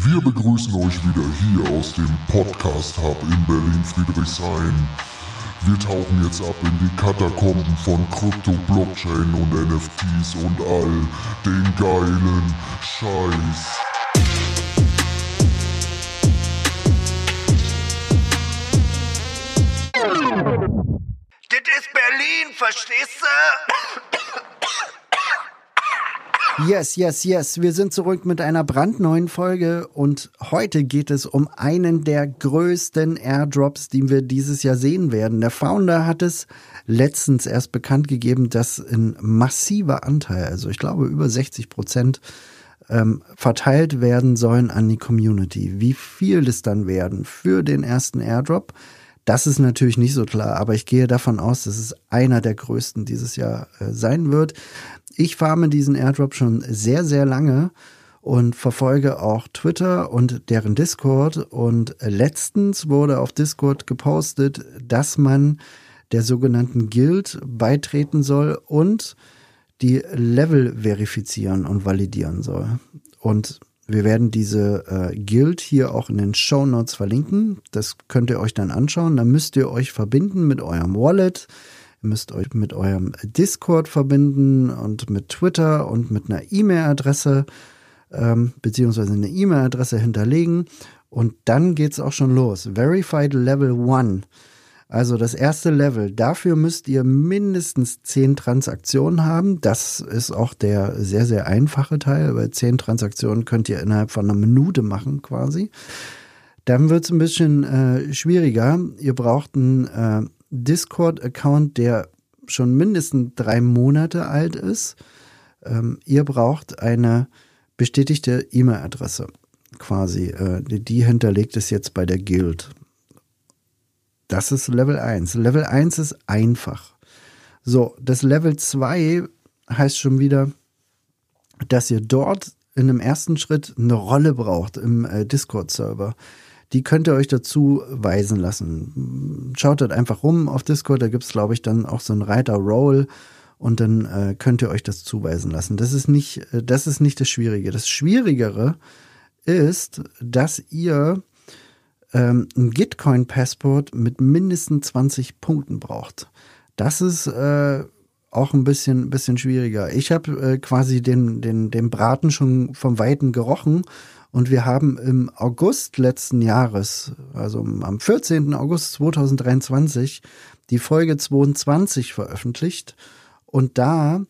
Wir begrüßen euch wieder hier aus dem Podcast Hub in Berlin-Friedrichshain. Wir tauchen jetzt ab in die Katakomben von Krypto, Blockchain und NFTs und all den geilen Scheiß. Das ist Berlin, verstehst du? Yes. Wir sind zurück mit einer brandneuen Folge und heute geht es um einen der größten Airdrops, die wir dieses Jahr sehen werden. Der Founder hat es letztens erst bekannt gegeben, dass ein massiver Anteil, also ich glaube über 60%, verteilt werden sollen an die Community. Wie viel es dann werden für den ersten Airdrop, das ist natürlich nicht so klar, aber ich gehe davon aus, dass es einer der größten dieses Jahr sein wird. Ich farme diesen Airdrop schon sehr, sehr lange und verfolge auch Twitter und deren Discord. Und letztens wurde auf Discord gepostet, dass man der sogenannten Guild beitreten soll und die Level verifizieren und validieren soll. Und wir werden diese Guild hier auch in den Shownotes verlinken. Das könnt ihr euch dann anschauen. Da müsst ihr euch verbinden mit eurem Wallet. Ihr müsst euch mit eurem Discord verbinden und mit Twitter und mit einer E-Mail-Adresse beziehungsweise eine E-Mail-Adresse hinterlegen. Und dann geht's auch schon los. Verified Level 1. Also das erste Level. Dafür müsst ihr mindestens 10 Transaktionen haben. Das ist auch der sehr, sehr einfache Teil, weil 10 Transaktionen könnt ihr innerhalb von einer Minute machen quasi. Dann wird's ein bisschen schwieriger. Ihr braucht einen Discord-Account, der schon mindestens 3 Monate alt ist. Ihr braucht eine bestätigte E-Mail-Adresse quasi. Die hinterlegt ist jetzt bei der Guild. Das ist Level 1. Level 1 ist einfach. So, das Level 2 heißt schon wieder, dass ihr dort in einem ersten Schritt eine Rolle braucht im Discord-Server. Die könnt ihr euch dazu weisen lassen. Schaut dort einfach rum auf Discord, da gibt's glaube ich dann auch so einen Reiter Role und dann könnt ihr euch das zuweisen lassen. Das ist nicht das Schwierige. Das Schwierigere ist, dass ihr ein Gitcoin-Passport mit mindestens 20 Punkten braucht. Das ist auch ein bisschen schwieriger. Ich habe quasi den Braten schon vom Weiten gerochen. Und wir haben im August letzten Jahres, also am 14. August 2023, die Folge 22 veröffentlicht und da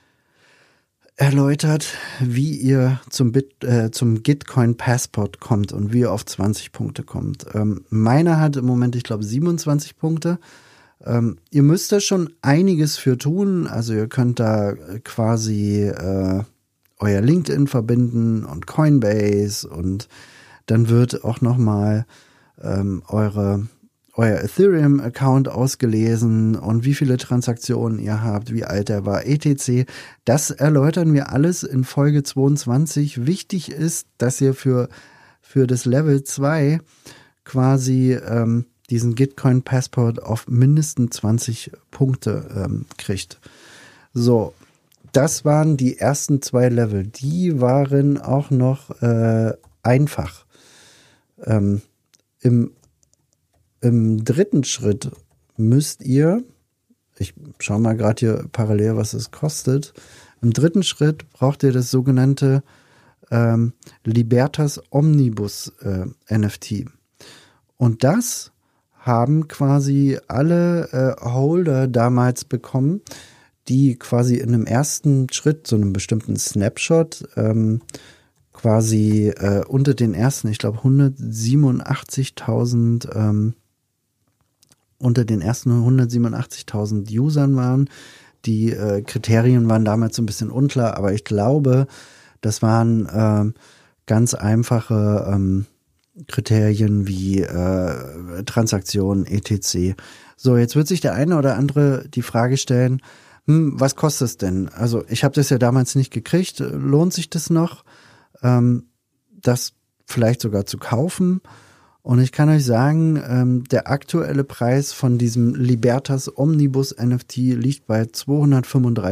erläutert, wie ihr zum Gitcoin Passport kommt und wie ihr auf 20 Punkte kommt. Meiner hat im Moment, ich glaube, 27 Punkte. Ihr müsst da schon einiges für tun. Also ihr könnt da quasi euer LinkedIn verbinden und Coinbase und dann wird auch nochmal euer Ethereum-Account ausgelesen und wie viele Transaktionen ihr habt, wie alt er war, etc. Das erläutern wir alles in Folge 22. Wichtig ist, dass ihr für das Level 2 quasi diesen Gitcoin Passport auf mindestens 20 Punkte kriegt. So. Das waren die ersten 2 Level. Die waren auch noch einfach. Im dritten Schritt müsst ihr, ich schaue mal gerade hier parallel, was es kostet. Im dritten Schritt braucht ihr das sogenannte Libertas Omnibus NFT. Und das haben quasi alle Holder damals bekommen, die quasi in einem ersten Schritt, so einem bestimmten Snapshot, quasi unter den ersten, ich glaube 187.000, unter den ersten 187.000 Usern waren. Die Kriterien waren damals so ein bisschen unklar, aber ich glaube, das waren ganz einfache Kriterien wie Transaktionen, etc. So, jetzt wird sich der eine oder andere die Frage stellen, was kostet es denn? Also ich habe das ja damals nicht gekriegt. Lohnt sich das noch, das vielleicht sogar zu kaufen? Und ich kann euch sagen, der aktuelle Preis von diesem Libertas Omnibus NFT liegt bei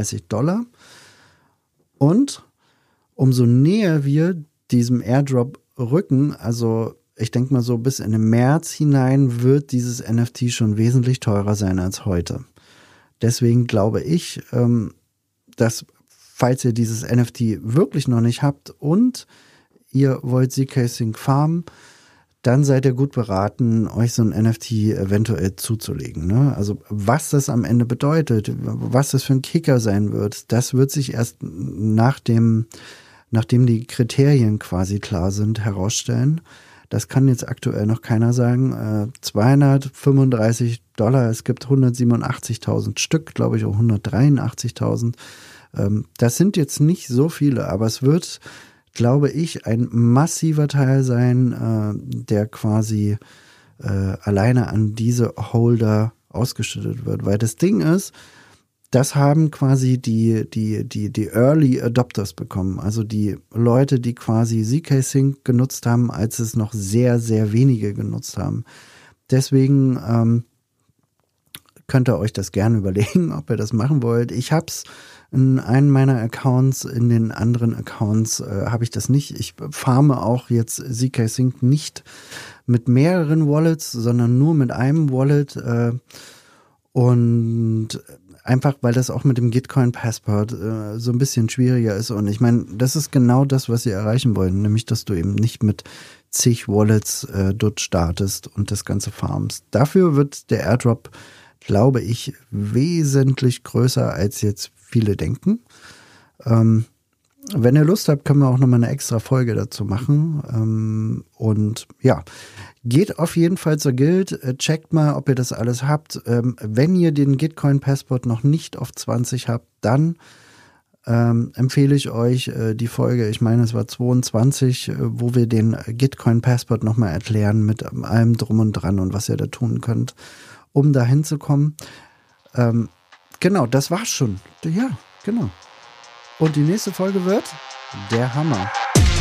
$235. Und umso näher wir diesem Airdrop rücken. Also ich denke mal so bis in den März hinein wird dieses NFT schon wesentlich teurer sein als heute. Deswegen glaube ich, dass falls ihr dieses NFT wirklich noch nicht habt und ihr wollt ZK Sync farmen, dann seid ihr gut beraten, euch so ein NFT eventuell zuzulegen. Ne? Also was das am Ende bedeutet, was das für ein Kicker sein wird, das wird sich erst nachdem die Kriterien quasi klar sind, herausstellen. Das kann jetzt aktuell noch keiner sagen. $235, es gibt 187.000 Stück, glaube ich auch 183.000. Das sind jetzt nicht so viele, aber es wird, glaube ich, ein massiver Teil sein, der quasi alleine an diese Holder ausgeschüttet wird. Weil das Ding ist, das haben quasi die Early Adopters bekommen. Also die Leute, die quasi ZK Sync genutzt haben, als es noch sehr, sehr wenige genutzt haben. Deswegen könnt ihr euch das gerne überlegen, ob ihr das machen wollt. Ich hab's in einem meiner Accounts, in den anderen Accounts habe ich das nicht. Ich farme auch jetzt ZK Sync nicht mit mehreren Wallets, sondern nur mit einem Wallet und einfach, weil das auch mit dem Gitcoin Passport so ein bisschen schwieriger ist. Und ich meine, das ist genau das, was sie erreichen wollen, nämlich, dass du eben nicht mit zig Wallets dort startest und das Ganze farmst. Dafür wird der Airdrop, glaube ich, wesentlich größer, als jetzt viele denken. Wenn ihr Lust habt, können wir auch nochmal eine extra Folge dazu machen. Und ja, geht auf jeden Fall zur Guild, checkt mal, ob ihr das alles habt. Wenn ihr den Gitcoin Passport noch nicht auf 20 habt, dann empfehle ich euch die Folge, ich meine es war 22, wo wir den Gitcoin Passport nochmal erklären mit allem drum und dran und was ihr da tun könnt, um da hinzukommen. Genau, das war's schon. Ja, genau. Und die nächste Folge wird der Hammer.